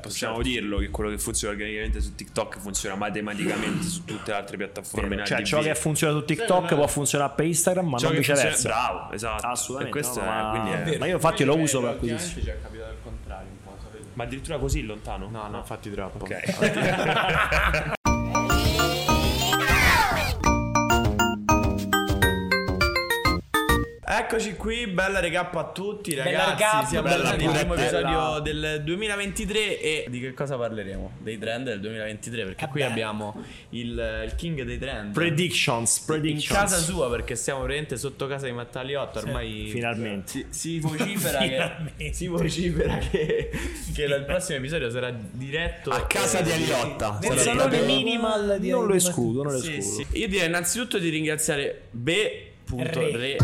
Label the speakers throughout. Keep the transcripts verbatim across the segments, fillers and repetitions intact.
Speaker 1: possiamo
Speaker 2: certo.
Speaker 1: dirlo che quello che funziona organicamente su TikTok funziona matematicamente su tutte le altre piattaforme.
Speaker 2: Cioè
Speaker 1: in
Speaker 2: ciò
Speaker 1: A D B.
Speaker 2: che funziona su TikTok
Speaker 3: Sì,
Speaker 2: può funzionare per Instagram, ma
Speaker 1: Ciò
Speaker 2: non
Speaker 1: che funziona-
Speaker 2: viceversa.
Speaker 1: bravo, esatto.
Speaker 2: Assolutamente.
Speaker 1: E questo
Speaker 2: no,
Speaker 1: è,
Speaker 2: ma...
Speaker 1: quindi è-
Speaker 3: È vero.
Speaker 2: ma io infatti lo uso per
Speaker 3: Ultimamente
Speaker 2: acquisizione.
Speaker 3: ci è capitato il contrario un po', sapete?
Speaker 1: Ma addirittura così lontano?
Speaker 3: No, no, infatti troppo.
Speaker 1: Ok.
Speaker 3: Eccoci qui, bella recap a tutti
Speaker 4: Bella
Speaker 3: ragazzi.
Speaker 4: recap,
Speaker 3: Siamo
Speaker 4: bella
Speaker 3: al primo
Speaker 4: recap.
Speaker 3: episodio del duemilaventitré. E di che cosa parleremo? Dei trend del duemilaventitré, perché qui
Speaker 4: Vabbè.
Speaker 3: abbiamo il, il king dei trend
Speaker 2: Predictions,
Speaker 3: in
Speaker 2: predictions.
Speaker 3: casa sua, perché siamo veramente sotto casa di Mattaliotto. Ormai
Speaker 2: Finalmente.
Speaker 3: si, si vocifera che,
Speaker 4: Finalmente.
Speaker 3: si vocifera che, che il prossimo episodio sarà diretto
Speaker 1: A casa di Aliotta.
Speaker 4: Nel
Speaker 1: Sarà
Speaker 4: salone
Speaker 1: proprio-
Speaker 4: minimal di
Speaker 2: Non lo escludo, non lo
Speaker 3: Sì,
Speaker 2: escludo.
Speaker 3: sì. Io direi innanzitutto di ringraziare B.Re.
Speaker 4: Re.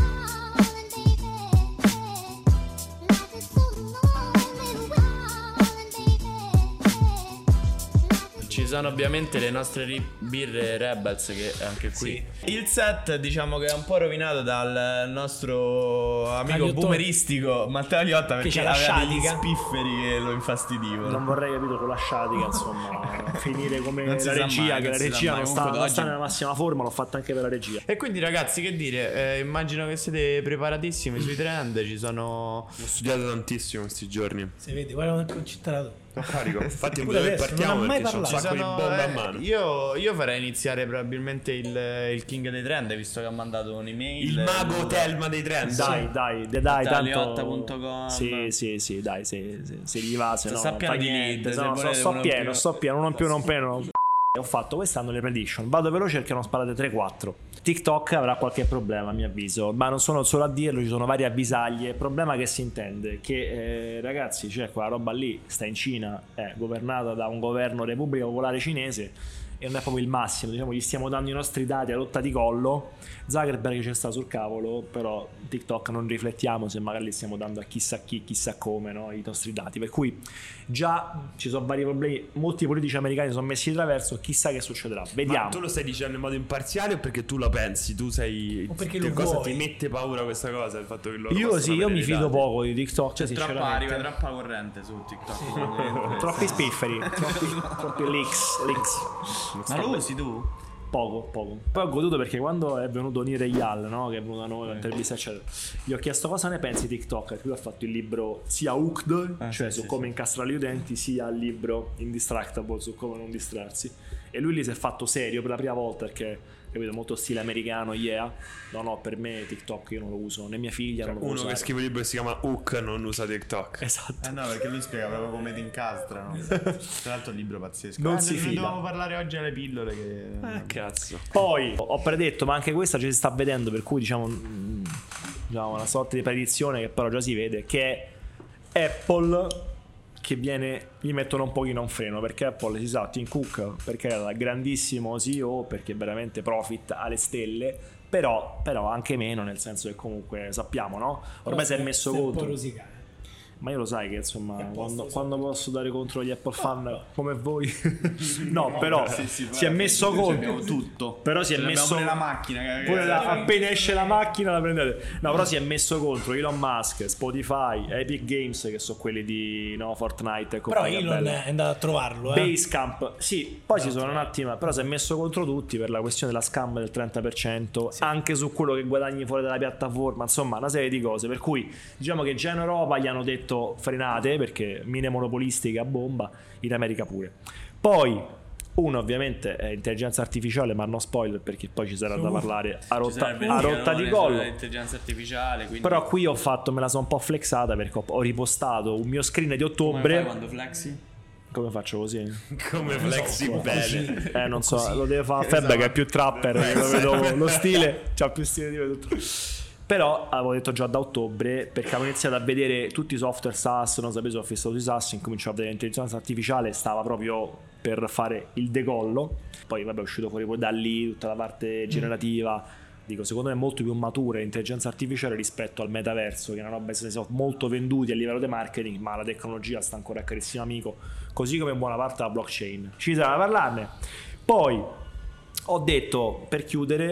Speaker 3: Ci sono ovviamente le nostre ri- birre Rebels, che è anche qui. Il set diciamo che è un po' rovinato dal nostro amico
Speaker 4: Aliottone.
Speaker 3: boomeristico Matteo Aliotta, perché
Speaker 4: c'ha la
Speaker 3: aveva degli
Speaker 4: sciatica.
Speaker 3: spifferi che lo infastidivano.
Speaker 2: Non vorrei, capito, con la sciatica, insomma, finire come
Speaker 3: Non si
Speaker 2: la
Speaker 3: sa
Speaker 2: regia,
Speaker 3: mai,
Speaker 2: che
Speaker 3: non
Speaker 2: la
Speaker 3: si sa
Speaker 2: regia
Speaker 3: mai.
Speaker 2: non sta,
Speaker 3: Comunque
Speaker 2: non
Speaker 3: oggi-
Speaker 2: sta nella massima forma, l'ho fatta anche per la regia.
Speaker 3: E quindi ragazzi, che dire, eh, immagino che siete preparatissimi sui trend. Ci sono...
Speaker 1: Ho studiato tantissimo questi giorni.
Speaker 4: Se vedi, guarda quanto è concentrato.
Speaker 1: Sono carico. Infatti,
Speaker 4: Pure
Speaker 1: dove
Speaker 4: adesso,
Speaker 1: partiamo
Speaker 4: non ha mai
Speaker 1: perché c'ho un
Speaker 4: parlato.
Speaker 1: sacco di
Speaker 3: Sono-
Speaker 1: bombe a
Speaker 3: eh,
Speaker 1: mano.
Speaker 3: Io, io farei iniziare probabilmente il, il king dei trend, visto che ha mandato un'email.
Speaker 1: Il mago Telma dei trend.
Speaker 2: Dai, dai, dai, dai,
Speaker 3: Mattaliotta
Speaker 2: tanto...
Speaker 3: punto com.
Speaker 2: Sì, sì, sì, dai, se, se, se gli va, se no,
Speaker 3: Sappiamo
Speaker 2: non fa
Speaker 3: di
Speaker 2: niente.
Speaker 3: lead,
Speaker 2: Se
Speaker 3: se
Speaker 2: no, sto,
Speaker 3: volete
Speaker 2: sto
Speaker 3: uno
Speaker 2: pieno,
Speaker 3: più.
Speaker 2: sto pieno, uno più, non pieno. Ho fatto quest'anno le prediction. Vado veloce perché non sparate tre quattro. TikTok avrà qualche problema, a mio avviso, ma non sono solo a dirlo, ci sono varie avvisaglie. Problema che si intende che eh, ragazzi, cioè quella roba lì sta in Cina, è governata da un governo Repubblica Popolare Cinese e non è proprio il massimo, diciamo, gli stiamo dando i nostri dati a rotta di collo. Zuckerberg ci sta sul cavolo, però TikTok non riflettiamo se magari li stiamo dando a chissà chi, chissà come, no, i nostri dati. Per cui già ci sono vari problemi, molti politici americani sono messi di traverso, chissà che succederà, vediamo.
Speaker 1: Ma tu lo stai dicendo in modo imparziale o perché tu la pensi? Tu sei.
Speaker 4: O perché
Speaker 1: che
Speaker 4: lo
Speaker 1: cosa
Speaker 4: vuoi?
Speaker 1: ti mette paura questa cosa? Il fatto che loro
Speaker 2: Io
Speaker 1: possano
Speaker 2: sì, io
Speaker 1: avere
Speaker 2: mi
Speaker 1: i
Speaker 2: fido
Speaker 1: dati?
Speaker 2: poco di TikTok,
Speaker 3: C'è troppa,
Speaker 2: sinceramente.
Speaker 3: arriva troppa corrente su TikTok.
Speaker 2: Troppi spifferi, troppi, troppi leaks, leaks.
Speaker 3: Ma lo usi tu?
Speaker 2: Poco, poco. Poi ho goduto perché quando è venuto Nire Yal, no, che è venuto a noi, un'intervista eccetera, gli ho chiesto cosa ne pensi di TikTok, e lui ha fatto il libro sia Hooked,
Speaker 3: Ah,
Speaker 2: cioè
Speaker 3: sì,
Speaker 2: su
Speaker 3: sì,
Speaker 2: come
Speaker 3: sì.
Speaker 2: incastrare gli utenti, sia il libro Indistractable su come non distrarsi. E lui lì si è fatto serio per la prima volta perché, capito, molto stile americano, yeah. No, no, per me TikTok io non lo uso, né mia figlia non lo può
Speaker 1: Uno che
Speaker 2: usare.
Speaker 1: scrive un libro che si chiama Hook non usa TikTok.
Speaker 2: Esatto.
Speaker 3: Eh no, perché lui spiega proprio come ti incastrano. Tra l'altro, il libro pazzesco.
Speaker 2: Non
Speaker 3: Ah,
Speaker 2: si
Speaker 3: ne
Speaker 2: fida.
Speaker 3: Dovevamo parlare oggi alle pillole. Che...
Speaker 1: Eh, cazzo.
Speaker 2: Poi ho predetto, ma anche questa già si sta vedendo, per cui diciamo, mm, diciamo una sorta di predizione che però già si vede, che è Apple che viene, gli mettono un pochino un freno, perché Apple, si sa, Tim Cook, perché era grandissimo C E O, perché veramente profit alle stelle, però, però anche meno, nel senso che comunque sappiamo, no? Ormai si è messo
Speaker 4: Stai un po'
Speaker 2: contro.
Speaker 4: rosicare.
Speaker 2: Ma io lo sai che insomma
Speaker 4: È a posto,
Speaker 2: quando,
Speaker 4: sì.
Speaker 2: quando posso dare contro gli Apple fan come voi no, però
Speaker 3: Sì, sì,
Speaker 2: si è messo
Speaker 3: abbiamo
Speaker 2: contro
Speaker 3: tutto.
Speaker 2: però si è
Speaker 3: Ce l'abbiamo
Speaker 2: messo
Speaker 3: pure la macchina. che-
Speaker 2: pure la-
Speaker 3: che-
Speaker 2: appena esce la macchina la prendete. No, però si è messo contro Elon Musk, Spotify, Epic Games, che sono quelli di no, Fortnite e
Speaker 4: Però
Speaker 2: compagnia
Speaker 4: Elon
Speaker 2: bella.
Speaker 4: è andato a trovarlo, eh.
Speaker 2: Basecamp, sì, poi ci sono un attimo, però si è messo contro tutti per la questione della scam del trenta per cento, anche su quello che guadagni fuori dalla piattaforma, insomma, una serie di cose. Per cui diciamo che già in Europa gli hanno detto frenate perché mine monopolistiche a bomba, in America pure. Poi uno ovviamente è intelligenza artificiale, ma no spoiler perché poi ci sarà da
Speaker 4: Uh,
Speaker 2: parlare a
Speaker 3: Ci
Speaker 2: rotta,
Speaker 3: sarebbe
Speaker 2: a
Speaker 3: il
Speaker 2: rotta di
Speaker 3: pianone
Speaker 2: collo.
Speaker 3: sull'intelligenza artificiale. Quindi...
Speaker 2: Però qui ho fatto, me la sono un po' flexata perché ho, ho ripostato un mio screen di
Speaker 3: come fai
Speaker 2: ottobre.
Speaker 3: quando flexi?
Speaker 2: Come faccio così?
Speaker 1: Come flexi bene.
Speaker 2: Eh, non so,
Speaker 4: Così.
Speaker 2: lo deve fare Febbe che è più trapper, io lo vedo lo stile, c'ha più stile di me tutto. Però avevo detto già da ottobre, perché avevo iniziato a vedere tutti i software SaaS, non sapevo se ho fissato i SaaS, incominciavo a vedere l'intelligenza artificiale, stava proprio per fare il decollo. Poi vabbè è uscito fuori poi da lì tutta la parte generativa. Dico, secondo me è molto più matura l'intelligenza artificiale rispetto al metaverso, che è una roba che siamo molto venduti a livello di marketing, ma la tecnologia sta ancora a carissimo amico, così come buona parte della blockchain. Ci sarà da parlarne. Poi ho detto, per chiudere,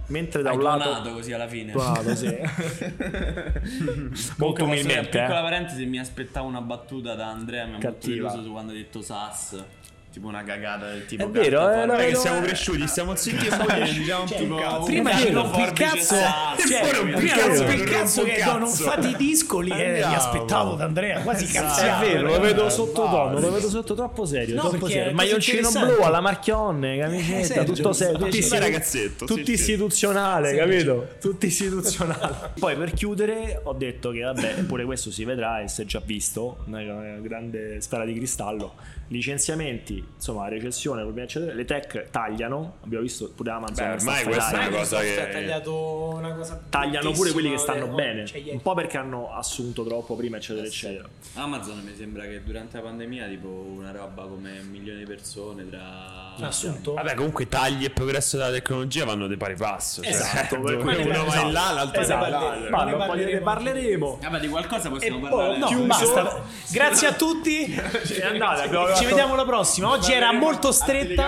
Speaker 2: mentre da
Speaker 3: Hai
Speaker 2: un lato
Speaker 3: tuonato così alla fine.
Speaker 2: tuonato, sì. Molto umilmente,
Speaker 3: Piccola
Speaker 2: eh.
Speaker 3: parentesi, mi aspettavo una battuta da Andrea, mi ha molto
Speaker 2: Cattiva.
Speaker 3: deluso su quando ha detto Sass. Tipo una cagata del tipo
Speaker 2: È vero,
Speaker 3: carta
Speaker 2: eh,
Speaker 3: forbice.
Speaker 2: no,
Speaker 1: che
Speaker 2: no,
Speaker 1: siamo
Speaker 2: eh.
Speaker 1: cresciuti, stiamo zitti e poi diciamo
Speaker 3: Cioè,
Speaker 1: più cazzo.
Speaker 4: Prima
Speaker 3: Un
Speaker 4: ci
Speaker 3: carta
Speaker 4: rompi il
Speaker 3: forbice
Speaker 4: cazzo,
Speaker 3: Sass.
Speaker 4: cioè,
Speaker 1: Poi rompi il
Speaker 4: prima
Speaker 1: cazzo,
Speaker 4: rompi il
Speaker 1: non
Speaker 4: cazzo
Speaker 1: rompo
Speaker 4: che
Speaker 1: cazzo.
Speaker 4: non fate i discoli e mi
Speaker 1: Andiamo.
Speaker 4: aspettavo da Andrea quasi
Speaker 1: Esatto.
Speaker 4: cazziato.
Speaker 2: È vero, lo vedo sottotono,
Speaker 1: vai.
Speaker 2: lo vedo sotto troppo serio,
Speaker 4: No,
Speaker 2: troppo
Speaker 4: perché
Speaker 2: serio.
Speaker 4: è
Speaker 2: Maglioncino
Speaker 4: interessante.
Speaker 2: blu alla Marchionne, camicetta,
Speaker 4: Eh, Sergio,
Speaker 2: tutto serio,
Speaker 4: facile.
Speaker 2: tutti,
Speaker 1: Sì,
Speaker 2: istitu-
Speaker 1: ragazzetto,
Speaker 2: tutti
Speaker 1: sì, sì.
Speaker 2: istituzionale,
Speaker 4: Sergio.
Speaker 2: capito? Tutti istituzionali. Poi per chiudere ho detto che vabbè, pure questo si vedrà e si è già visto, una grande sfera di cristallo. Licenziamenti, insomma, recessione, problemi eccetera. Le tech tagliano, abbiamo visto pure Amazon.
Speaker 1: Beh,
Speaker 2: sta
Speaker 1: ormai questa è una
Speaker 2: tagliando.
Speaker 1: cosa che-
Speaker 4: ha tagliato una cosa
Speaker 2: Tagliano pure quelli che stanno
Speaker 4: bruttissima,
Speaker 2: bene,
Speaker 4: cioè, ieri.
Speaker 2: un po' perché hanno assunto troppo prima eccetera eccetera.
Speaker 3: Amazon mi sembra che durante la pandemia tipo una roba come un milione di persone tra
Speaker 4: Ha assunto?
Speaker 1: Vabbè, comunque tagli e progresso della tecnologia vanno di pari passo. Cioè,
Speaker 2: Esatto,
Speaker 1: dove
Speaker 2: per quello-
Speaker 1: uno va
Speaker 2: esatto.
Speaker 1: in là, l'altro
Speaker 2: Esatto.
Speaker 1: va in là.
Speaker 4: Ne
Speaker 2: Ma
Speaker 4: parleremo.
Speaker 2: poi ne parleremo.
Speaker 3: Vabbè, di qualcosa
Speaker 2: E
Speaker 3: possiamo
Speaker 2: poi-
Speaker 3: parlare.
Speaker 2: no,
Speaker 4: No,
Speaker 2: chiuso.
Speaker 4: basta. Grazie a tutti.
Speaker 2: È andata, abbiamo
Speaker 4: Ci
Speaker 2: fatto-
Speaker 4: vediamo la prossima. Oggi era molto stretta.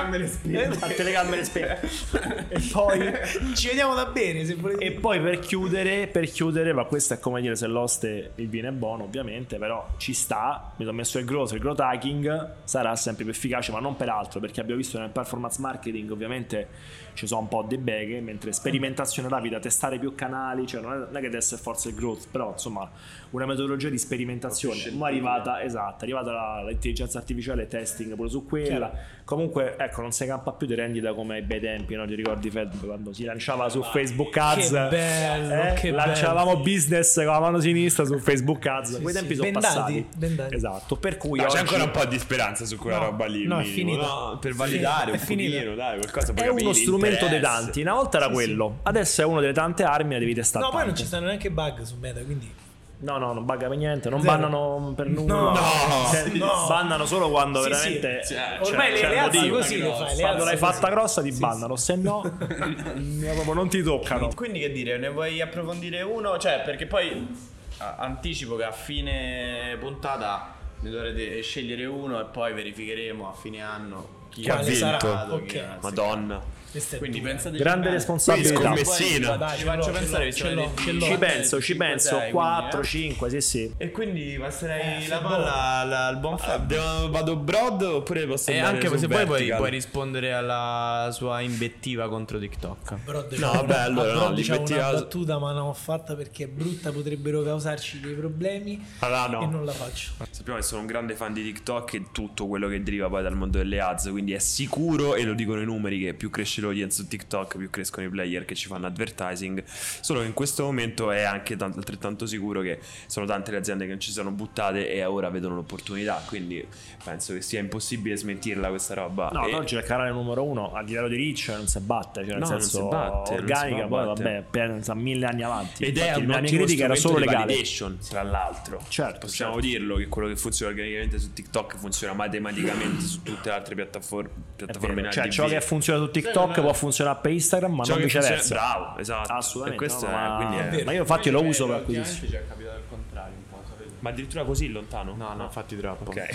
Speaker 2: a telecamere spente. E poi
Speaker 4: Ci vediamo da bene se volete.
Speaker 2: E poi per chiudere, per chiudere, ma questo è come dire se l'oste il vino è buono, ovviamente, però ci sta. Mi sono messo il growth, il growth hacking sarà sempre più efficace, ma non per altro, perché abbiamo visto nel performance marketing ovviamente ci sono un po' dei beghe, mentre sperimentazione rapida, testare più canali, cioè non è, non è che deve essere forza il growth, però insomma una metodologia di sperimentazione. Ma è arrivata, esatto, è arrivata la- l'intelligenza artificiale, testing pure su quella. Comunque, ecco, non si campa più di rendita come ai bei tempi, no? Ti ricordi Fed quando si lanciava su Facebook Ads?
Speaker 4: Che bello,
Speaker 2: eh?
Speaker 4: che
Speaker 2: Lanciavamo business con la mano sinistra su Facebook Ads. Quei
Speaker 4: sì.
Speaker 2: tempi sono
Speaker 4: Bendati,
Speaker 2: passati.
Speaker 4: bendati.
Speaker 2: Esatto, per cui
Speaker 1: No,
Speaker 2: oggi
Speaker 1: c'è ancora un po' di speranza su quella
Speaker 4: No,
Speaker 1: roba lì.
Speaker 4: no, è
Speaker 1: minimo,
Speaker 4: finita.
Speaker 1: no? Per validare
Speaker 4: È
Speaker 1: un
Speaker 4: finita.
Speaker 1: pochino, dai, qualcosa puoi
Speaker 2: è
Speaker 1: capire,
Speaker 2: uno strumento dei
Speaker 1: interesse.
Speaker 2: tanti. Una volta era quello, adesso è uno delle tante armi, la devi testare.
Speaker 4: No, poi non
Speaker 2: tante.
Speaker 4: ci stanno neanche bug su Meta, quindi
Speaker 2: No, no, non bugga per niente, non
Speaker 4: Zero.
Speaker 2: bannano per nulla.
Speaker 4: No,
Speaker 2: Cioè,
Speaker 4: no.
Speaker 2: bannano solo quando
Speaker 4: Sì,
Speaker 2: veramente
Speaker 4: sì.
Speaker 2: c'è-
Speaker 4: Ormai le-
Speaker 2: c'è
Speaker 4: le
Speaker 2: il
Speaker 4: alzi
Speaker 2: motivo.
Speaker 4: così le fai, le
Speaker 2: Quando
Speaker 4: alzi
Speaker 2: l'hai
Speaker 4: così.
Speaker 2: fatta grossa ti bannano, se no proprio non ti toccano.
Speaker 3: Quindi che dire, ne vuoi approfondire uno? Cioè, perché poi a- anticipo che a fine puntata ne dovrete scegliere uno e poi verificheremo a fine anno chi
Speaker 1: Chi ha
Speaker 3: ha
Speaker 1: vinto.
Speaker 3: vinto,
Speaker 4: Ok.
Speaker 3: chi ha-
Speaker 1: Madonna.
Speaker 4: questa è
Speaker 3: Quindi
Speaker 4: dura.
Speaker 3: pensate
Speaker 2: Grande responsabilità.
Speaker 1: Quindi scommessina.
Speaker 4: Dai,
Speaker 3: Ci
Speaker 4: ce
Speaker 3: faccio
Speaker 4: l'ho,
Speaker 3: pensare,
Speaker 4: ce
Speaker 3: visto
Speaker 4: l'ho,
Speaker 3: che
Speaker 4: ce
Speaker 3: hai
Speaker 4: l'ho.
Speaker 2: Ci penso, ci
Speaker 3: cinque,
Speaker 2: penso.
Speaker 3: sei, quindi,
Speaker 2: quattro,
Speaker 3: eh.
Speaker 2: cinque, sì, sì.
Speaker 3: E quindi passerei
Speaker 4: Eh,
Speaker 3: la
Speaker 4: sì,
Speaker 3: palla al, al buon Fabio.
Speaker 1: Andiamo- Vado broad oppure posso
Speaker 3: E
Speaker 1: andare
Speaker 3: anche
Speaker 1: su
Speaker 3: se poi puoi,
Speaker 1: vertical?
Speaker 3: puoi rispondere alla sua invettiva contro TikTok.
Speaker 4: Brod
Speaker 1: No,
Speaker 4: c'ha
Speaker 1: vabbè,
Speaker 4: una-
Speaker 1: allora,
Speaker 4: a
Speaker 1: no,
Speaker 4: Brod c'ha
Speaker 1: l'invettiva-
Speaker 4: una battuta ma non l'ho fatta perché è brutta, potrebbero causarci dei problemi
Speaker 1: Allora, no.
Speaker 4: e non la faccio.
Speaker 1: Sappiamo che sono un grande fan di TikTok e tutto quello che deriva poi dal mondo delle ads, quindi è sicuro, e lo dicono i numeri, che più cresce l'audience su TikTok più crescono i player che ci fanno advertising. Solo che in questo momento è anche tant- altrettanto sicuro che sono tante le aziende che non ci sono buttate e ora vedono l'opportunità, quindi penso che sia impossibile smentirla questa roba.
Speaker 2: No,
Speaker 1: E-
Speaker 2: oggi è il canale numero uno a livello di reach non si batte, cioè nel
Speaker 1: No, non
Speaker 2: senso
Speaker 1: si batte, non si
Speaker 2: organica,
Speaker 1: può
Speaker 2: poi
Speaker 1: battere.
Speaker 2: vabbè, pensa mille anni avanti.
Speaker 1: Ed è
Speaker 2: Infatti,
Speaker 1: un
Speaker 2: la mia
Speaker 1: ottimo
Speaker 2: critica era solo
Speaker 1: strumento di
Speaker 2: legale.
Speaker 1: validation, tra l'altro.
Speaker 2: Certo,
Speaker 1: Possiamo
Speaker 2: certo.
Speaker 1: dirlo che quello che funziona organicamente su TikTok funziona matematicamente su tutte le altre piattaforme,
Speaker 2: È
Speaker 1: piattaforme
Speaker 2: vero.
Speaker 1: in
Speaker 2: Cioè,
Speaker 1: A D V.
Speaker 2: ciò che funziona su TikTok può funzionare per Instagram, ma
Speaker 1: Ciò
Speaker 2: non
Speaker 1: che funziona-
Speaker 2: viceversa.
Speaker 1: bravo, esatto.
Speaker 2: Assolutamente.
Speaker 1: E questo
Speaker 2: no,
Speaker 1: è,
Speaker 2: ma...
Speaker 1: quindi è-
Speaker 4: vero.
Speaker 2: ma io infatti lo uso per
Speaker 3: Ultimamente
Speaker 2: acquisire.
Speaker 3: ci è capitato il contrario un po', sapete?
Speaker 1: Ma addirittura così lontano?
Speaker 3: No, no, infatti troppo.
Speaker 1: Ok.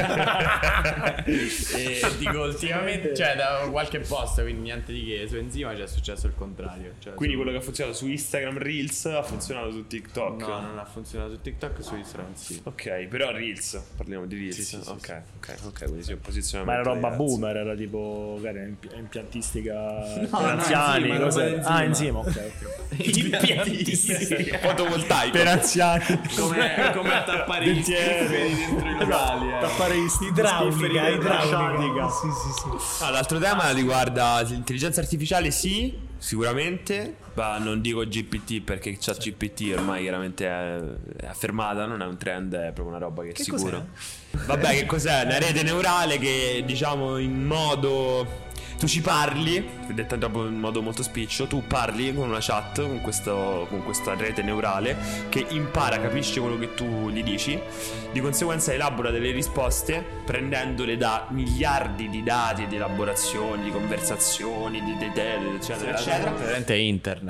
Speaker 3: E dico ultimamente, cioè da qualche post, quindi niente di che, su Enzima c'è successo il contrario. Cioè,
Speaker 1: Quindi
Speaker 3: su-
Speaker 1: quello che ha funzionato su Instagram Reels ha funzionato su TikTok.
Speaker 3: No, non ha funzionato su TikTok, su Instagram sì.
Speaker 1: Ok, però Reels, parliamo di Reels.
Speaker 3: Sì, sì, sì,
Speaker 1: ok, ok, ok, quindi sì, un posizionamento.
Speaker 2: Ma era roba
Speaker 1: diverso.
Speaker 2: boomer, era tipo magari impi- impiantistica per
Speaker 3: no,
Speaker 2: anziani,
Speaker 3: enzima,
Speaker 2: cos'è?
Speaker 3: roba
Speaker 2: Ah,
Speaker 3: enzima.
Speaker 2: enzima, ok. ok.
Speaker 3: Impiantistico.
Speaker 1: Fotovoltaico.
Speaker 2: Per anziani.
Speaker 3: Come, come a tappare i spifferi dentro i locali. eh.
Speaker 2: Tappare i sti-
Speaker 4: Idraulica,
Speaker 2: spifferi
Speaker 4: idraulica. Sì, sì, sì.
Speaker 1: Ah, l'altro tema riguarda l'intelligenza artificiale, sì, sicuramente, ma non dico G P T perché c'è G P T ormai chiaramente è, è affermata, non è un trend, è proprio una roba che è
Speaker 4: Che
Speaker 1: sicura. Vabbè, che cos'è? Una rete neurale che diciamo in modo... Tu ci parli, detta proprio in modo molto spiccio, tu parli con una chat, con, questo, con questa rete neurale che impara, capisce quello che tu gli dici, di conseguenza elabora delle risposte prendendole da miliardi di dati, di elaborazioni, di conversazioni, di detail, eccetera, eccetera.
Speaker 3: Praticamente è internet.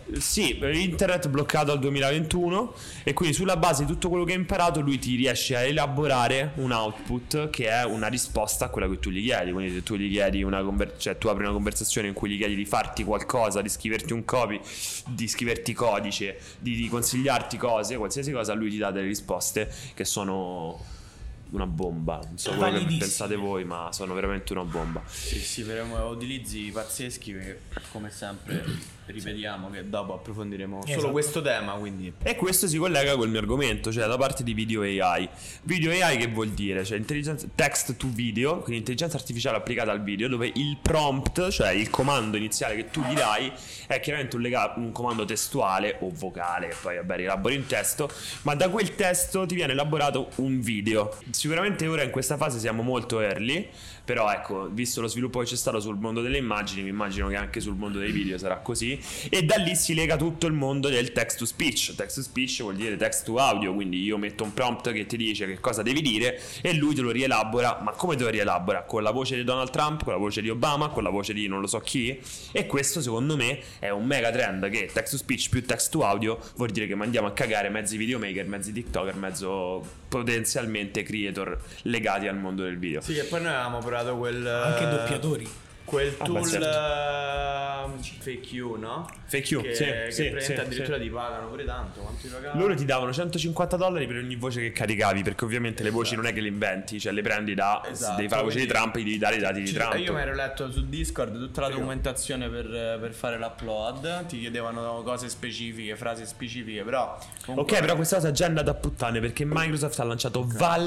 Speaker 1: Sì, internet bloccato al duemilaventuno e quindi sulla base di tutto quello che hai imparato lui ti riesce a elaborare un output che è una risposta a quella che tu gli chiedi. Quindi se tu gli chiedi una conver- cioè tu apri una conversazione in cui gli chiedi di farti qualcosa, di scriverti un copy, di scriverti codice, di, di consigliarti cose, qualsiasi cosa, lui ti dà delle risposte che sono una bomba. Non so quello che pensate voi, ma sono veramente una bomba.
Speaker 3: Sì, sì, faremo utilizzi pazzeschi che, come sempre, ripetiamo che dopo approfondiremo
Speaker 4: Esatto.
Speaker 3: solo questo tema, quindi.
Speaker 1: E questo si collega col mio argomento, cioè la parte di video A I. Video A I che vuol dire? Cioè intelligenza text to video, quindi intelligenza artificiale applicata al video, dove il prompt, cioè il comando iniziale che tu gli dai, è chiaramente un, lega- un comando testuale o vocale, che poi vabbè rielabori in testo, ma da quel testo ti viene elaborato un video. Sicuramente ora in questa fase siamo molto early, però ecco, visto lo sviluppo che c'è stato sul mondo delle immagini, mi immagino che anche sul mondo dei video sarà così. E da lì si lega tutto il mondo del text to speech. Text to speech vuol dire text to audio, quindi io metto un prompt che ti dice che cosa devi dire e lui te lo rielabora. Ma come te lo rielabora? Con la voce di Donald Trump, con la voce di Obama, con la voce di non lo so chi. E questo secondo me è un mega trend, che text to speech più text to audio vuol dire che mandiamo a cagare mezzi videomaker, mezzi tiktoker, mezzo potenzialmente creator legati al mondo del video.
Speaker 3: Sì, e poi noi avevamo provato quel
Speaker 4: Anche doppiatori.
Speaker 3: Quel
Speaker 1: Ah,
Speaker 3: tool
Speaker 1: beh, certo.
Speaker 3: uh, fake you, no?
Speaker 1: Fake you,
Speaker 3: che,
Speaker 1: sì,
Speaker 3: che
Speaker 1: sì,
Speaker 3: praticamente
Speaker 1: sì,
Speaker 3: addirittura
Speaker 1: sì.
Speaker 3: ti pagano pure tanto. Quanto ti pagano?
Speaker 1: Loro ti davano centocinquanta dollari per ogni voce che caricavi, perché ovviamente le voci
Speaker 3: Esatto.
Speaker 1: non è che le inventi, cioè le prendi da
Speaker 3: Esatto,
Speaker 1: devi fare la voce di
Speaker 3: quindi-
Speaker 1: Trump e devi dare i dati di
Speaker 3: Ci-
Speaker 1: Trump.
Speaker 3: Io mi ero letto su Discord tutta la documentazione per, per fare l'upload. Ti chiedevano cose specifiche, frasi specifiche, però comunque-
Speaker 1: Ok, però questa cosa è già andata a puttane, perché Microsoft ha lanciato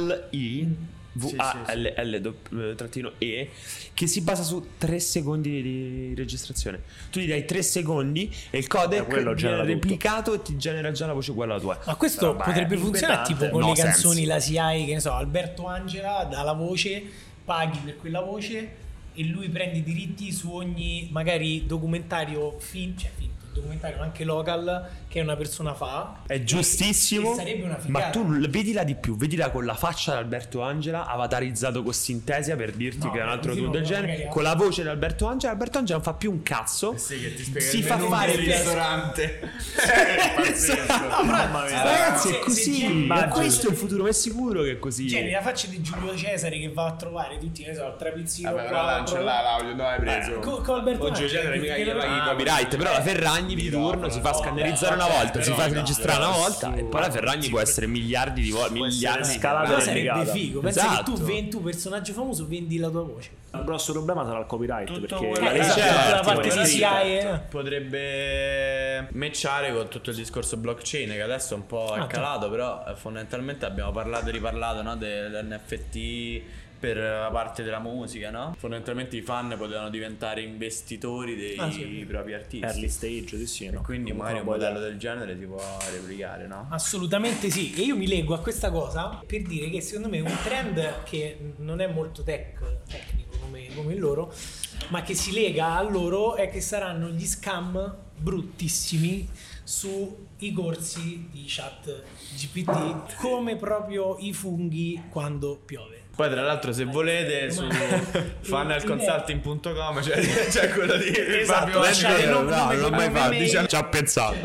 Speaker 1: Val-I V A L L trattino E, che si basa su tre secondi di registrazione. Tu gli dai tre secondi e il
Speaker 2: E
Speaker 1: codec
Speaker 2: quello
Speaker 1: viene
Speaker 2: genera tutto.
Speaker 1: replicato e ti genera già la voce uguale alla tua.
Speaker 4: Ma questo
Speaker 2: Roba,
Speaker 4: potrebbe
Speaker 2: è
Speaker 4: funzionare
Speaker 2: inquietante.
Speaker 4: tipo con
Speaker 1: No
Speaker 4: le
Speaker 1: sense.
Speaker 4: canzoni, la S I A I, che ne so, Alberto Angela dà la voce, paghi per quella voce e lui prende i diritti su ogni magari documentario fin, cioè finto, documentario anche local che una persona fa.
Speaker 1: È giustissimo,
Speaker 4: E sarebbe una
Speaker 1: ma
Speaker 4: figata.
Speaker 1: tu l- vedila di più, vedila con la faccia di Alberto Angela avatarizzato con Sintesia, per dirti
Speaker 4: No,
Speaker 1: che è un altro
Speaker 4: così
Speaker 1: tool
Speaker 4: no,
Speaker 1: del
Speaker 4: no,
Speaker 1: genere,
Speaker 4: magari-
Speaker 1: con la voce di Alberto Angela. Alberto Angela non fa più un cazzo,
Speaker 3: Sì, che ti spiega
Speaker 1: si
Speaker 3: il
Speaker 1: fa
Speaker 3: menù
Speaker 1: fare
Speaker 3: del
Speaker 1: il
Speaker 3: ristorante.
Speaker 2: Mamma mia.
Speaker 1: Ragazzi,
Speaker 4: Se-
Speaker 1: è così,
Speaker 4: se-
Speaker 1: ma
Speaker 4: se-
Speaker 1: questo è il futuro, ma è sicuro che è così.
Speaker 4: Cioè, la faccia di Giulio Cesare che va a trovare tutti, che ne so, il trapizzino
Speaker 3: Vabbè,
Speaker 4: qua,
Speaker 3: però non ce l'ha l'audio, dove hai preso?
Speaker 4: con, con Alberto
Speaker 1: Oggi
Speaker 4: Angela,
Speaker 1: genere
Speaker 4: che-
Speaker 1: mica
Speaker 4: che
Speaker 1: gli
Speaker 4: lo-
Speaker 1: paghi i
Speaker 4: Ah,
Speaker 1: copyright, però la Ferragni di turno si fa scannerizzare una volta, si fa registrare una volta e poi la Ferragni può essere miliardi di volte, miliardi di
Speaker 2: scalata
Speaker 4: però
Speaker 2: Però
Speaker 4: sarebbe
Speaker 2: replicata.
Speaker 4: figo. Pensa
Speaker 1: Esatto.
Speaker 4: che tu vendi tu personaggio famoso, vendi la tua voce.
Speaker 2: Il grosso problema sarà il copyright,
Speaker 3: Tutto
Speaker 2: perché
Speaker 3: quello
Speaker 2: la
Speaker 3: che
Speaker 2: legge
Speaker 3: c'è,
Speaker 2: è
Speaker 4: la
Speaker 2: un
Speaker 4: parte
Speaker 2: articolo
Speaker 4: di
Speaker 2: di
Speaker 4: S I A I, eh.
Speaker 3: Potrebbe matchare con tutto il discorso blockchain, che adesso un po' è
Speaker 4: Ah,
Speaker 3: calato, però eh, fondamentalmente abbiamo parlato e riparlato, no, dell'N F T per la parte della musica, no? Fondamentalmente i fan potevano diventare investitori dei
Speaker 4: Ah, sì.
Speaker 3: propri artisti.
Speaker 2: early stage, sì, sì, no?
Speaker 3: Quindi
Speaker 2: Comunque
Speaker 3: magari un
Speaker 2: una buona
Speaker 3: modello del genere si può replicare, no?
Speaker 4: Assolutamente sì, e io mi leggo a questa cosa per dire che secondo me un trend che non è molto tech, tecnico come, come il loro, ma che si lega a loro, è che saranno gli scam bruttissimi sui corsi di chat G P T, come proprio i funghi quando piove.
Speaker 3: Poi tra l'altro se volete su funnelconsulting punto com c'è, c'è quello di
Speaker 4: Esatto,
Speaker 3: Fabio
Speaker 4: lasciate
Speaker 3: Angelo.
Speaker 4: nome, nome,
Speaker 1: non l'ho mai
Speaker 4: cognome,
Speaker 1: fatto,
Speaker 4: mail.
Speaker 1: diciamo, ci ha pensato.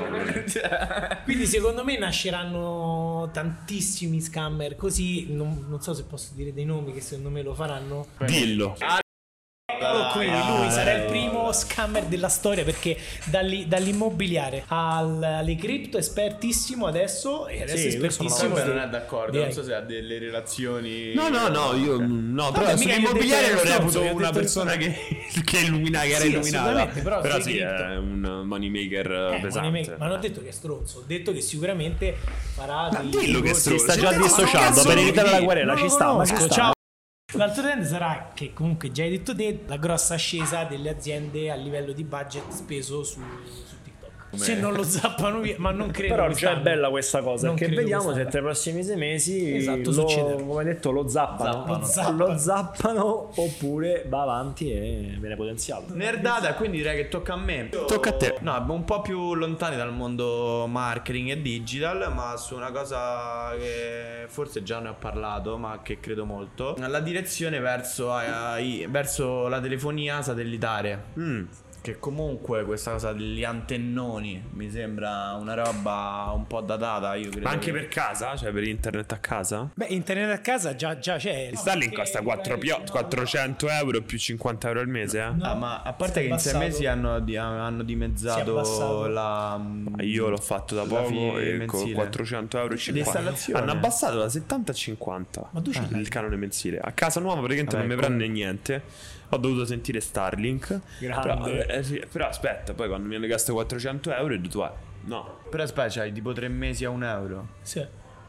Speaker 4: Quindi secondo me nasceranno tantissimi scammer così, non, non so se posso dire dei nomi che secondo me lo faranno.
Speaker 1: Dillo.
Speaker 4: Eccolo qui,
Speaker 3: Ah,
Speaker 4: lui sarà il
Speaker 3: bello.
Speaker 4: primo scammer della storia, perché dalli- dall'immobiliare al- alle cripto espertissimo adesso, e adesso
Speaker 2: Sì, questo
Speaker 4: espertissimo.
Speaker 3: Sempre
Speaker 4: di-
Speaker 3: non è d'accordo,
Speaker 4: di-
Speaker 3: non so se ha delle relazioni.
Speaker 1: No, no, no, io no, però
Speaker 4: Vabbè, mica gli ho
Speaker 1: sull'immobiliare
Speaker 4: detto
Speaker 1: lo
Speaker 4: che è
Speaker 1: reputo
Speaker 4: stronzo, gli ho
Speaker 1: una
Speaker 4: detto
Speaker 1: persona che, che illumina, che era
Speaker 4: Sì,
Speaker 1: illuminata.
Speaker 4: assolutamente, però
Speaker 1: Però
Speaker 4: sui
Speaker 1: sì,
Speaker 4: cripto.
Speaker 1: è un moneymaker
Speaker 4: Eh,
Speaker 1: pesante.
Speaker 4: ma non ho detto che è stronzo, ho detto che sicuramente farà
Speaker 1: Ma
Speaker 4: dei-
Speaker 1: dillo che è
Speaker 4: dei-
Speaker 1: stronzo.
Speaker 2: sta già
Speaker 1: No,
Speaker 2: dissociando
Speaker 1: cazzo,
Speaker 2: per
Speaker 1: non
Speaker 2: evitare
Speaker 1: lo
Speaker 2: la
Speaker 1: dico.
Speaker 2: querela,
Speaker 4: Non
Speaker 2: ci
Speaker 4: lo
Speaker 2: sta, ma
Speaker 4: conosco,
Speaker 2: ci sta.
Speaker 4: ciao. L'altro trend sarà che, comunque già hai detto te, la grossa ascesa delle aziende a livello di budget speso su, su TikTok. Se non lo zappano via, ma non credo.
Speaker 2: Però già è
Speaker 4: quest'anno.
Speaker 2: bella questa cosa,
Speaker 4: Non
Speaker 2: che
Speaker 4: credo
Speaker 2: vediamo se
Speaker 4: quest'anno.
Speaker 2: tra i prossimi sei mesi
Speaker 4: Esatto,
Speaker 2: lo,
Speaker 4: succederà.
Speaker 2: come hai detto, lo zappano,
Speaker 4: Zappano. Lo zappano.
Speaker 2: lo zappano oppure va avanti e viene potenziato.
Speaker 3: Nerdata, quindi direi che tocca a me.
Speaker 1: Tocca a te.
Speaker 3: No, un po' più lontani dal mondo marketing e digital, ma su una cosa che forse già ne ho parlato, ma che credo molto. La direzione verso, ai- verso la telefonia satellitare.
Speaker 1: Mm.
Speaker 3: Che comunque questa cosa degli antennoni mi sembra una roba un po' datata, io credo.
Speaker 1: Ma anche
Speaker 3: che...
Speaker 1: per casa? Cioè per internet a casa?
Speaker 4: Beh, internet a casa già, già c'è.
Speaker 1: Starlink costa quattro pio- quattrocento euro più cinquanta euro al mese, eh?
Speaker 3: Ah, ma a parte
Speaker 4: si è
Speaker 3: che in sei
Speaker 4: abbassato.
Speaker 3: mesi hanno, di- hanno
Speaker 4: Si è
Speaker 3: dimezzato
Speaker 4: abbassato.
Speaker 3: la...
Speaker 1: Ma io l'ho fatto da
Speaker 3: la
Speaker 1: poco
Speaker 3: fine
Speaker 1: e con
Speaker 3: mensile.
Speaker 1: quattrocento euro e cinquanta.
Speaker 3: L'installazione.
Speaker 1: Hanno abbassato da settanta a cinquanta.
Speaker 4: Ma tu ce l'hai?
Speaker 1: il canone mensile. A casa nuova praticamente
Speaker 3: Vabbè,
Speaker 1: non mi
Speaker 3: com-
Speaker 1: prende niente. Ho dovuto sentire Starlink.
Speaker 2: Grande.
Speaker 1: Però, eh, sì, però aspetta, poi quando mi hanno chiesto quattrocento euro ho detto, ah, no.
Speaker 3: Però aspetta, c'hai tipo tre mesi a un euro.
Speaker 4: Sì.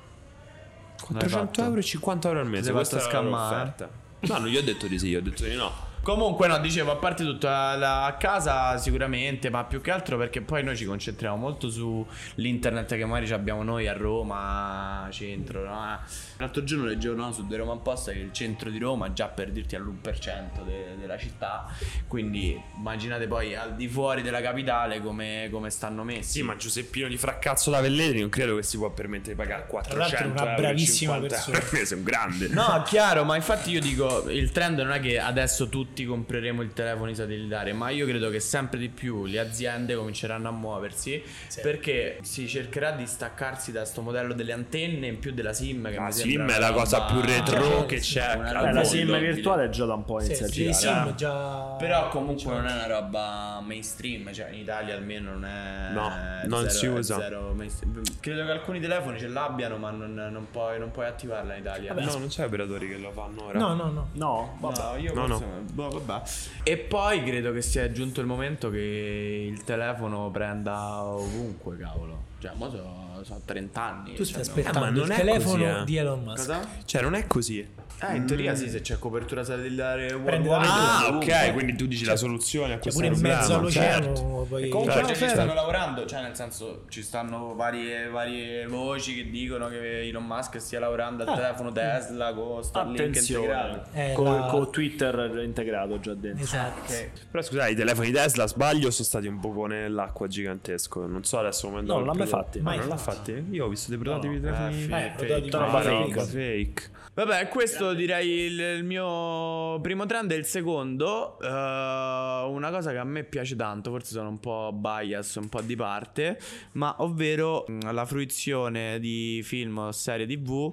Speaker 1: quattrocento
Speaker 3: fatto?
Speaker 1: euro e cinquanta euro al mese.
Speaker 3: Sei
Speaker 1: Questa
Speaker 3: fatto
Speaker 1: era la loro
Speaker 3: scammare?
Speaker 1: offerta. No, non gli ho detto di sì, gli ho detto di no.
Speaker 3: Comunque no, dicevo, a parte tutto la, a casa sicuramente, ma più che altro perché poi noi ci concentriamo molto su l'internet che magari abbiamo noi a Roma, centro, no? L'altro giorno leggevo, no, su The Roman Post che il centro di Roma già per dirti all'uno per cento de- della città, quindi immaginate poi al di fuori della capitale come, come stanno messi.
Speaker 1: Sì, ma Giuseppino di Fraccazzo da Velletri non credo che si può permettere di pagare quattrocento
Speaker 4: Tra l'altro è una
Speaker 1: euro e
Speaker 4: bravissima
Speaker 1: cinquanta
Speaker 4: persona.
Speaker 1: euro al mese, è un grande.
Speaker 3: No, chiaro, ma infatti io dico, il trend non è che adesso tutti compreremo il telefono satellitare, ma io credo che sempre di più le aziende cominceranno a muoversi,
Speaker 4: Sì.
Speaker 3: perché si cercherà di staccarsi da sto modello delle antenne in più della SIM, che
Speaker 1: La
Speaker 3: mi
Speaker 1: SIM
Speaker 3: sembra
Speaker 1: è
Speaker 3: una
Speaker 1: la cosa
Speaker 3: roba-
Speaker 1: più retro
Speaker 4: Cioè,
Speaker 1: che
Speaker 4: sì,
Speaker 1: c'è.
Speaker 3: una
Speaker 1: al
Speaker 3: roba
Speaker 2: Beh, la
Speaker 1: mondo.
Speaker 2: sim virtuale già da un po'
Speaker 4: Sì,
Speaker 2: inizia
Speaker 4: sì,
Speaker 2: a
Speaker 4: sì,
Speaker 2: girare.
Speaker 4: sim già.
Speaker 3: Però comunque non è una roba mainstream, cioè in Italia almeno non è.
Speaker 1: No,
Speaker 3: è
Speaker 1: non
Speaker 3: zero-
Speaker 1: si
Speaker 3: è
Speaker 1: usa.
Speaker 3: zero mainstream. Credo che alcuni telefoni ce l'abbiano, ma non, non puoi, non puoi attivarla in Italia.
Speaker 1: No, non c'è operatori che lo fanno ora.
Speaker 4: No, no, no.
Speaker 2: No, vabbè.
Speaker 3: No, io
Speaker 1: No,
Speaker 3: forse- boh, vabbè. E poi credo che sia giunto il momento che il telefono prenda ovunque, cavolo. Cioè, mo so, so trenta anni.
Speaker 4: Tu stai
Speaker 3: cioè,
Speaker 4: aspettando
Speaker 1: ma non
Speaker 4: il
Speaker 1: è
Speaker 4: telefono
Speaker 1: così, eh.
Speaker 4: di Elon Musk.
Speaker 3: Cosa?
Speaker 1: Cioè, non è così.
Speaker 3: Eh, in teoria sì, se c'è copertura satellitare
Speaker 4: Prendi
Speaker 3: worldwide,
Speaker 1: Ah,
Speaker 3: ovunque.
Speaker 1: ok, quindi tu dici la soluzione a
Speaker 4: Cioè,
Speaker 1: questo
Speaker 4: pure in
Speaker 1: problema.
Speaker 4: mezzo all'oceano.
Speaker 1: Certo.
Speaker 4: Poi...
Speaker 3: Comunque
Speaker 1: Certo,
Speaker 3: ci
Speaker 1: certo.
Speaker 3: stanno lavorando, cioè nel senso ci stanno varie, varie voci che dicono che Elon Musk stia lavorando al
Speaker 4: Ah.
Speaker 3: telefono Tesla con Starlink integrato.
Speaker 2: Attenzione,
Speaker 4: Eh,
Speaker 2: con,
Speaker 4: la-
Speaker 2: con Twitter integrato già dentro.
Speaker 4: Esatto.
Speaker 3: Ok.
Speaker 1: Però scusate, i telefoni Tesla, sbaglio, sono stati un bucone nell'acqua gigantesco. Non so adesso come
Speaker 2: No, non l'ha mai
Speaker 1: prodotto.
Speaker 2: fatti.
Speaker 1: Ma
Speaker 4: Mai
Speaker 1: non l'ha
Speaker 4: fatti.
Speaker 1: fatti? Io ho visto dei prototipi di
Speaker 3: Eh,
Speaker 1: telefoni
Speaker 3: fi-
Speaker 4: Eh,
Speaker 3: fake.
Speaker 4: prototipi
Speaker 2: Tutta roba
Speaker 4: fake.
Speaker 2: fake.
Speaker 1: fake.
Speaker 3: Vabbè, questo direi il, il mio primo trend. E il secondo, eh, una cosa che a me piace tanto, forse sono un po' bias, un po' di parte, ma ovvero mh, la fruizione di film o serie tv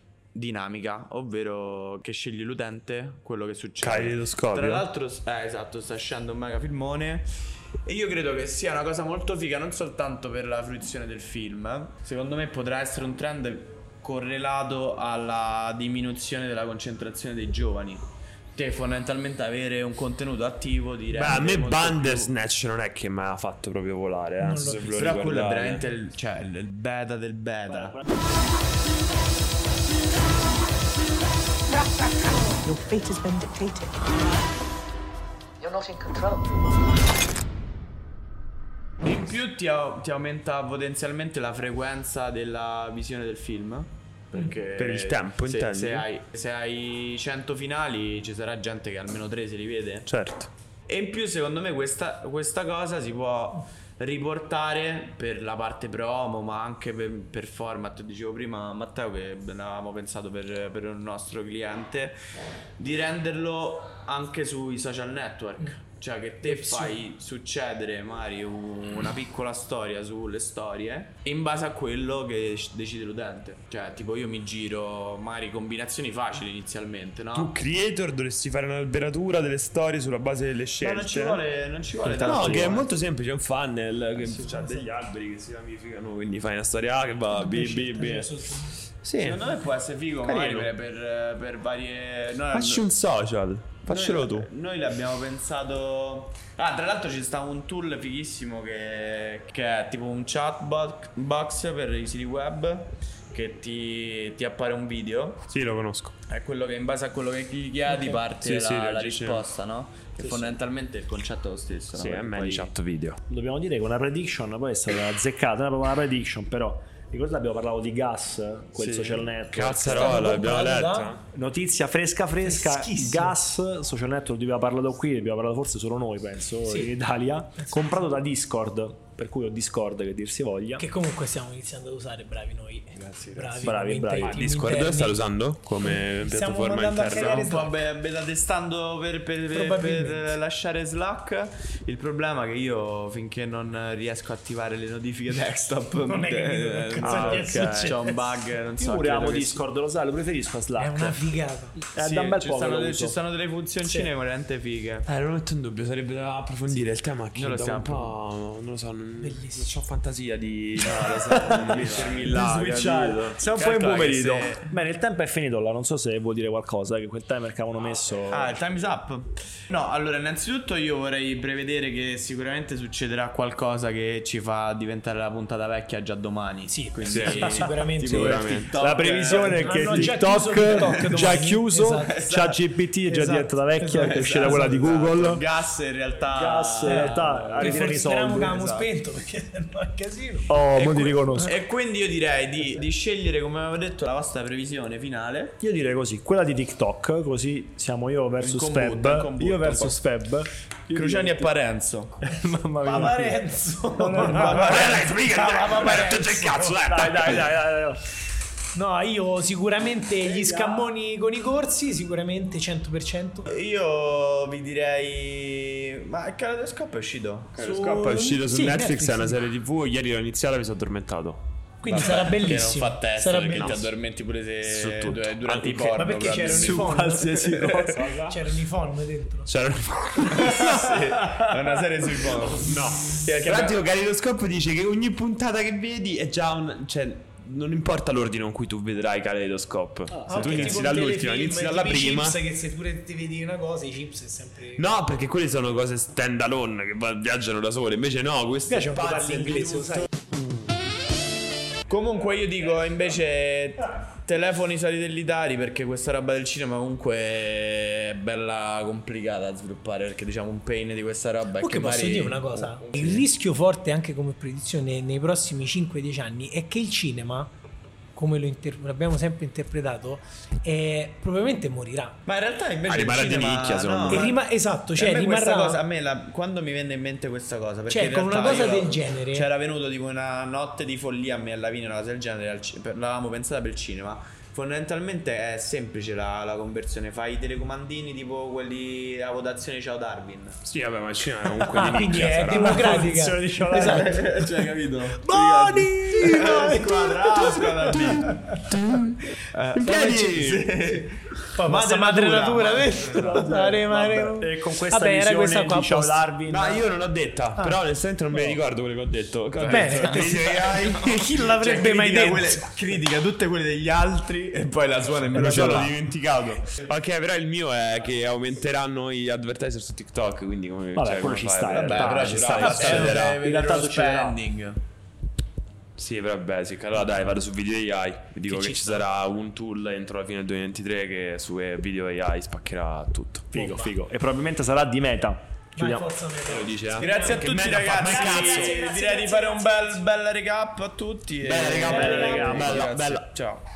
Speaker 3: dinamica, ovvero che sceglie l'utente quello che succede.
Speaker 1: Caleidoscopio.
Speaker 3: Tra l'altro, eh, esatto, sta uscendo un mega filmone. E io credo che sia una cosa molto figa, non soltanto per la fruizione del film. Secondo me potrà essere un trend correlato alla diminuzione della concentrazione dei giovani. Te fondamentalmente avere un contenuto attivo di
Speaker 1: Beh, a me
Speaker 3: molto
Speaker 1: Bandersnatch non è che mi ha fatto proprio volare, eh.
Speaker 4: Non
Speaker 1: Non so
Speaker 4: l'ho
Speaker 1: se ve
Speaker 3: più-
Speaker 1: lo
Speaker 3: Però quello è
Speaker 1: ricordate.
Speaker 3: veramente il, cioè, il il beta del beta.
Speaker 5: Your fate has been dictated. You're not in control.
Speaker 3: In più ti, au- ti aumenta potenzialmente la frequenza della visione del film. Perché
Speaker 1: Per il tempo,
Speaker 3: se,
Speaker 1: intendi?
Speaker 3: se hai, se hai cento finali ci sarà gente che almeno tre se li vede.
Speaker 1: Certo.
Speaker 3: E in più secondo me questa, questa cosa si può riportare per la parte promo, ma anche per, per format. Dicevo prima a Matteo che ne avevamo pensato per, per un nostro cliente di renderlo anche sui social network. Cioè che te fai succedere magari un- una piccola storia sulle storie in base a quello che sc- decide l'utente. Cioè tipo io mi giro magari combinazioni facili inizialmente, no?
Speaker 1: Tu creator dovresti fare un'alberatura delle storie sulla base delle
Speaker 3: Ma
Speaker 1: scelte.
Speaker 3: non ci vuole, non ci vuole
Speaker 2: Intanto
Speaker 1: No,
Speaker 3: tanto.
Speaker 1: che è
Speaker 3: eh.
Speaker 1: molto semplice, è un funnel che ha degli alberi che si ramificano, quindi fai una storia A che va B, B, B. Sì.
Speaker 3: Secondo me può essere figo magari per, per, per varie... no,
Speaker 1: Facci un social, faccelo
Speaker 3: noi,
Speaker 1: tu.
Speaker 3: Noi l'abbiamo pensato. Ah, tra l'altro ci sta un tool fighissimo che, che è tipo un chatbot box per i siti web che ti, ti appare un video.
Speaker 1: Sì, lo conosco.
Speaker 3: È quello che in base a quello che ti chiedi parte
Speaker 1: Sì,
Speaker 3: la,
Speaker 1: sì,
Speaker 3: la
Speaker 1: reagisce.
Speaker 3: risposta, no? Che fondamentalmente il concetto è lo stesso. no?
Speaker 1: Sì, è
Speaker 3: Perché
Speaker 1: meglio
Speaker 3: poi-
Speaker 1: chat video.
Speaker 2: Dobbiamo dire che una prediction poi è stata azzeccata, era proprio una prediction, però ricordi abbiamo parlato di Gas, quel
Speaker 1: Sì.
Speaker 2: social network.
Speaker 1: Cazzarola, l'abbiamo
Speaker 4: comprato
Speaker 1: letta.
Speaker 4: da-
Speaker 2: Notizia fresca fresca,
Speaker 4: Freschissimo.
Speaker 2: Gas, social network, abbiamo parlato qui, abbiamo parlato forse solo noi penso,
Speaker 4: Sì.
Speaker 2: in Italia, comprato da Discord. per cui ho Discord che dir si voglia.
Speaker 4: Che comunque stiamo iniziando ad usare, bravi noi.
Speaker 3: Grazie,
Speaker 4: bravi,
Speaker 2: bravi, bravi.
Speaker 1: Ah, Discord stai usando come
Speaker 4: Stiamo
Speaker 1: piattaforma
Speaker 4: mandando a
Speaker 1: interna?
Speaker 4: cagare
Speaker 3: Stiamo un po' be- beta testando per, per, per,
Speaker 4: Probabilmente.
Speaker 3: per lasciare Slack. Il problema è che io finché non riesco a attivare le notifiche desktop
Speaker 4: Non è che
Speaker 3: eh,
Speaker 4: mi cosa
Speaker 3: ah,
Speaker 4: gli è
Speaker 3: ok.
Speaker 4: successo.
Speaker 3: C'è un bug, non so.
Speaker 2: Io pure
Speaker 3: credo
Speaker 2: amo
Speaker 3: che
Speaker 2: Discord, lo sai, lo preferisco a
Speaker 4: È
Speaker 2: Slack.
Speaker 4: una figata.
Speaker 2: È
Speaker 3: Sì,
Speaker 2: da un bel
Speaker 3: ci,
Speaker 2: po' che
Speaker 3: stanno,
Speaker 2: lo
Speaker 3: de-
Speaker 2: uso.
Speaker 3: ci stanno delle funzioncine
Speaker 4: Sì.
Speaker 3: veramente fighe.
Speaker 1: Eh, non metto in dubbio, sarebbe da approfondire il tema che
Speaker 3: Noi lo
Speaker 1: da
Speaker 3: stiamo
Speaker 1: un po', non lo so, non,
Speaker 4: Bellissimo.
Speaker 1: non ho fantasia di, no, lo so, di mettermi là, capito?
Speaker 2: Siamo un po'
Speaker 3: Calcola che
Speaker 2: impoverito.
Speaker 3: se-
Speaker 2: Bene, il tempo è finito là, non so se vuol dire qualcosa, che quel timer che avevano messo.
Speaker 3: Ah, il time's up. No, allora, innanzitutto io vorrei prevedere che sicuramente succederà qualcosa che ci fa diventare la puntata vecchia già domani.
Speaker 4: Sì,
Speaker 3: quindi
Speaker 4: sì, sicuramente.
Speaker 1: Sicuramente.
Speaker 2: La previsione è che
Speaker 4: Hanno già chiuso
Speaker 2: TikTok
Speaker 4: TikTok
Speaker 2: già
Speaker 4: domani.
Speaker 2: chiuso,
Speaker 4: Esatto.
Speaker 2: ChatGPT è già
Speaker 4: Esatto.
Speaker 2: diventata vecchia,
Speaker 4: Esatto.
Speaker 2: che uscirà quella di Google.
Speaker 3: Gas in realtà.
Speaker 2: Gas in realtà arrivano i
Speaker 4: Speriamo
Speaker 2: soldi.
Speaker 4: che avevamo
Speaker 3: esatto.
Speaker 4: spento perché sennò è casino.
Speaker 2: Oh,
Speaker 3: E
Speaker 2: mo ti
Speaker 3: que-
Speaker 2: riconosco.
Speaker 3: E quindi io direi di, di scegliere, come avevo detto, la vostra previsione finale.
Speaker 2: Io direi così, quella di TikTok, così siamo io versus
Speaker 3: In combutta, in
Speaker 2: Fab.
Speaker 3: combutta,
Speaker 2: Io
Speaker 3: un
Speaker 2: versus Fab. Io
Speaker 3: Cruciani
Speaker 2: direi-
Speaker 3: e Parenzo.
Speaker 2: Mamma mia.
Speaker 4: Paparenzo.
Speaker 2: Dai, dai, dai, dai, dai.
Speaker 4: No, io sicuramente gli scammoni con i corsi, sicuramente cento per cento.
Speaker 3: Io vi direi. Ma il Kaleidoscope è uscito?
Speaker 1: Scopo è uscito su
Speaker 4: Sì,
Speaker 1: Netflix,
Speaker 4: Netflix,
Speaker 1: è una
Speaker 4: sì.
Speaker 1: serie tv, ieri l'ho iniziata e mi sono addormentato.
Speaker 4: Quindi sarà bellissimo.
Speaker 3: Che non fa test,
Speaker 4: sarà
Speaker 3: perché ti
Speaker 4: bellissimo.
Speaker 3: addormenti pure se
Speaker 1: Su tutto.
Speaker 3: durante
Speaker 1: Anche
Speaker 3: i
Speaker 1: che-
Speaker 3: porno.
Speaker 4: Ma perché c'erano i
Speaker 2: Su
Speaker 4: phon?
Speaker 2: qualsiasi cosa.
Speaker 4: C'erano i phon dentro.
Speaker 1: C'era
Speaker 3: È una serie sui bonus.
Speaker 1: No.
Speaker 3: Perché
Speaker 1: Tra l'altro Kaleidoscope dice che ogni puntata che vedi è già un... cioè non importa l'ordine con cui tu vedrai Kaleidoscope. Se
Speaker 4: Ah,
Speaker 1: tu
Speaker 4: ok,
Speaker 1: inizi
Speaker 4: tipo
Speaker 1: dall'ultima,
Speaker 4: telefilm,
Speaker 1: inizi dalla
Speaker 4: tipo i
Speaker 1: prima.
Speaker 4: Chips, che se pure ti vedi una cosa, i chips è sempre.
Speaker 1: No, perché quelle sono cose stand alone che va- viaggiano da sole. Invece no,
Speaker 4: Mi
Speaker 1: queste
Speaker 4: piace un po'
Speaker 1: pazze
Speaker 4: parli inglese, lo sai.
Speaker 3: Comunque io dico invece telefoni satellitari, perché questa roba del cinema comunque è bella complicata da sviluppare, perché diciamo un pain di questa roba è
Speaker 4: Comunque
Speaker 3: che
Speaker 4: posso
Speaker 3: magari-
Speaker 4: dire una cosa, il rischio forte anche come predizione nei prossimi cinque dieci anni è che il cinema, come lo inter- l'abbiamo sempre interpretato, è, probabilmente morirà.
Speaker 3: Ma in realtà invece
Speaker 1: Ah,
Speaker 3: il
Speaker 1: rimarrà di
Speaker 3: cinema-
Speaker 1: nicchia, secondo
Speaker 3: no,
Speaker 1: me.
Speaker 4: E
Speaker 3: ma-
Speaker 4: rima- esatto,
Speaker 3: a
Speaker 4: cioè
Speaker 3: me questa
Speaker 4: rimarrà.
Speaker 3: cosa, a me la- quando mi venne in mente questa cosa, perché
Speaker 4: Cioè,
Speaker 3: in
Speaker 4: con una
Speaker 3: realtà
Speaker 4: cosa
Speaker 3: io-
Speaker 4: del genere-
Speaker 3: c'era venuto tipo una notte di follia a me alla fine, una cosa del genere, al ci- per- l'avevamo pensata per il cinema. Fondamentalmente è semplice la, la conversione, fai i telecomandini tipo quelli a votazione Ciao Darwin.
Speaker 1: Sì, vabbè, ma il cinema è comunque di
Speaker 4: Quindi
Speaker 1: nicchia.
Speaker 4: è
Speaker 1: sarà.
Speaker 4: democratica.
Speaker 2: Funzione di Ciao
Speaker 4: Esatto.
Speaker 3: Cioè, capito?
Speaker 4: Boni!
Speaker 3: Squadra A, squadra B.
Speaker 1: In piedi!
Speaker 4: Poi basta madre natura, vero? Mare, mare.
Speaker 2: Vabbè, e con questa
Speaker 4: Vabbè, era
Speaker 2: visione
Speaker 4: questa qua
Speaker 2: di Ciao
Speaker 4: apposta.
Speaker 2: Darwin.
Speaker 1: No, io non l'ho detta, però onestamente non me ne ricordo quello che ho detto.
Speaker 4: Bene. Chi l'avrebbe
Speaker 3: Cioè,
Speaker 4: mai
Speaker 3: critica
Speaker 4: detto?
Speaker 3: quelle- critica tutte quelle degli altri e poi la sua nemmeno
Speaker 1: Me
Speaker 3: ce
Speaker 1: lo
Speaker 3: l'ha.
Speaker 1: dimenticato. Ok, però il mio è che aumenteranno gli advertiser su TikTok, quindi come
Speaker 2: Vabbè,
Speaker 1: cioè,
Speaker 2: quello
Speaker 1: come
Speaker 2: ci
Speaker 1: fai?
Speaker 2: sta, in
Speaker 1: Vabbè,
Speaker 2: realtà,
Speaker 1: però
Speaker 2: ci
Speaker 1: ci
Speaker 2: sta,
Speaker 1: sta,
Speaker 2: ci
Speaker 1: sta,
Speaker 2: sta.
Speaker 1: vedrà.
Speaker 2: In realtà succederà.
Speaker 3: spending.
Speaker 1: Sì, però è basic. Allora dai, vado su Video A I. Vi dico
Speaker 4: Che
Speaker 1: che,
Speaker 4: ci
Speaker 1: ci
Speaker 4: sta.
Speaker 1: sarà un tool entro la fine del duemilaventitré che su Video A I spaccherà tutto.
Speaker 2: Figo,
Speaker 4: Bomba.
Speaker 2: figo. E probabilmente sarà di Meta.
Speaker 4: Vai,
Speaker 2: Chiudiamo.
Speaker 4: forza Meta.
Speaker 1: Lo dice, eh?
Speaker 3: Grazie a
Speaker 1: Che
Speaker 3: tutti
Speaker 1: Meta fa-
Speaker 3: ragazzi.
Speaker 1: ma cazzo.
Speaker 4: Grazie,
Speaker 3: Direi
Speaker 4: grazie,
Speaker 3: di fare un
Speaker 4: grazie,
Speaker 3: bel, bel recap a tutti. e-
Speaker 1: Bella, raga,
Speaker 2: bella,
Speaker 1: bella,
Speaker 2: raga,
Speaker 1: bella,
Speaker 3: Grazie.
Speaker 1: bella.
Speaker 3: Ciao.